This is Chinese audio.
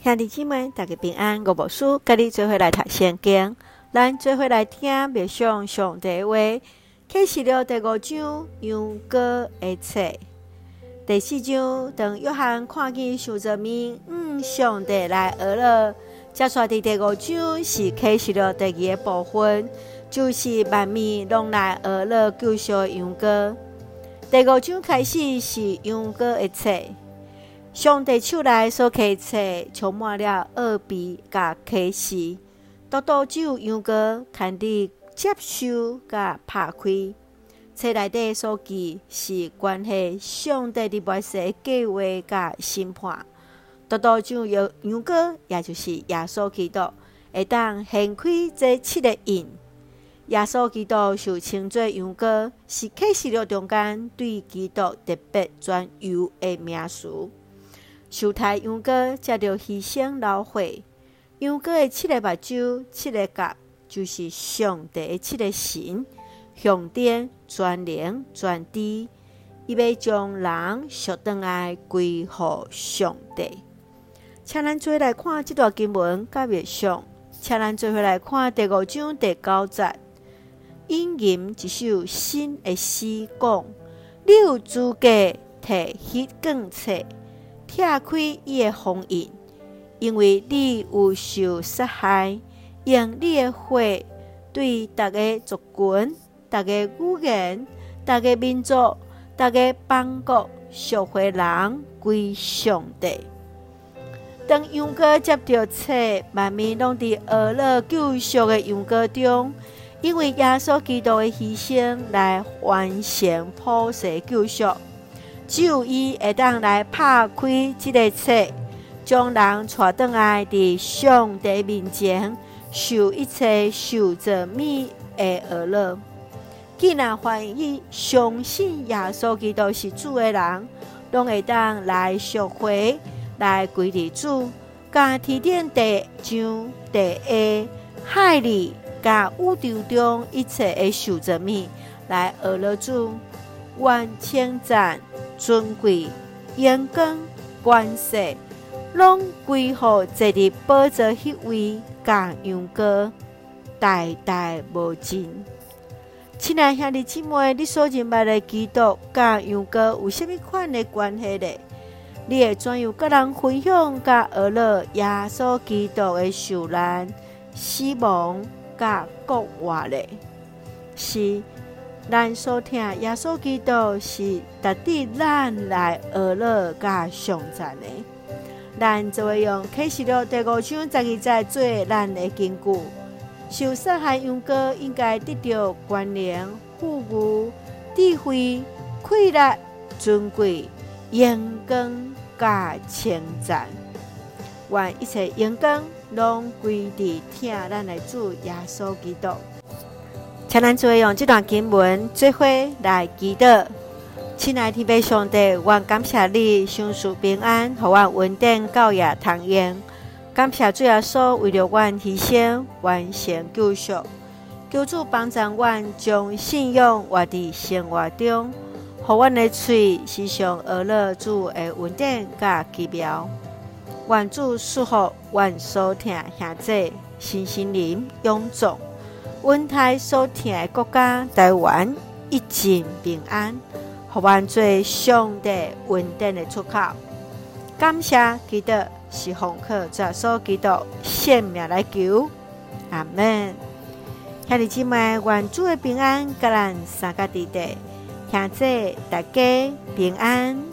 兄弟姊妹，大家平安。我无事，甲你做伙来读圣经，咱做伙来听默想上帝的话。启示录第5章，羊羔的册。第4章，当约翰看见受造物，上帝来学了。接续伫第5章是启示录第2个部分，就是万物拢来学了救赎的羊羔。第5章开始是羊羔的册。上帝手内所开册，充满了奥秘甲启示，独独只有羊羔堪伫接受甲拍开。册内底所记是关系上帝伫末世的计划甲审判，独独只有羊羔，也就是耶稣基督，会当掀开这7个印。耶稣基督受称作羊羔，是启示录中间对基督特别专有的名词。受胎羊羔才着牺牲流血，羊羔的7个目睭、7个角，就是上帝的7个神，象征全能全知，伊要将人赎回来归乎上帝。请咱做伙来看这段经文甲默想，请咱做伙来看第5章第9节，引言一首新的诗讲：你有资格摕迄卷册，拆开伊的封印，因为你有受杀害，用你的血对逐个族群、逐个语言、逐个民族、逐个邦国赎回人归上帝。当羊羔接到册，万物拢伫学了救赎的羊羔中，因为耶稣基督的牺牲来完成普世救赎。只有伊会当来拍开这个册，将人带回来伫上帝面前，受一切受造物的学乐。既然愿意相信耶稣基督是主的人，拢会当来赎回，来归于主，甲天顶地上地下海里，甲宇宙中一切的受造物来学乐主。愿称赞、尊贵、荣光、权势，拢归乎坐伫宝座迄位甲羊羔，代代无尽。亲爱兄弟姊妹，你所认捌的基督甲羊羔有甚物款的关系呢？你会怎样甲人分享甲学乐耶稣基督的受难、死亡甲国活呢？是咱所听耶稣基督是值得咱来学乐甲颂赞的。咱就会用启示录第5章12节做咱的根据。受杀害羊羔应该得到权能、富裕、智慧、快乐、尊贵、荣光甲称赞。愿一切荣光拢归伫听咱的主耶稣基督。请咱做用这段经文做伙来祈祷。亲爱的天父上帝，愿感谢你赏赐平安，互阮稳定到夜通用。感谢主耶稣为了阮牺牲，完成救赎。求主帮助阮将信仰活伫生活中，互阮的嘴时常学乐主的稳定甲奇妙。愿主赐福阮所听兄弟身心灵永壮。阮台所听的国家台湾一尽平安，互阮做上帝稳定的出口。感谢基督是奉靠耶稣基督性命来求，阿们。兄弟姊妹，愿主的平安甲咱三个弟弟兄弟大家平安。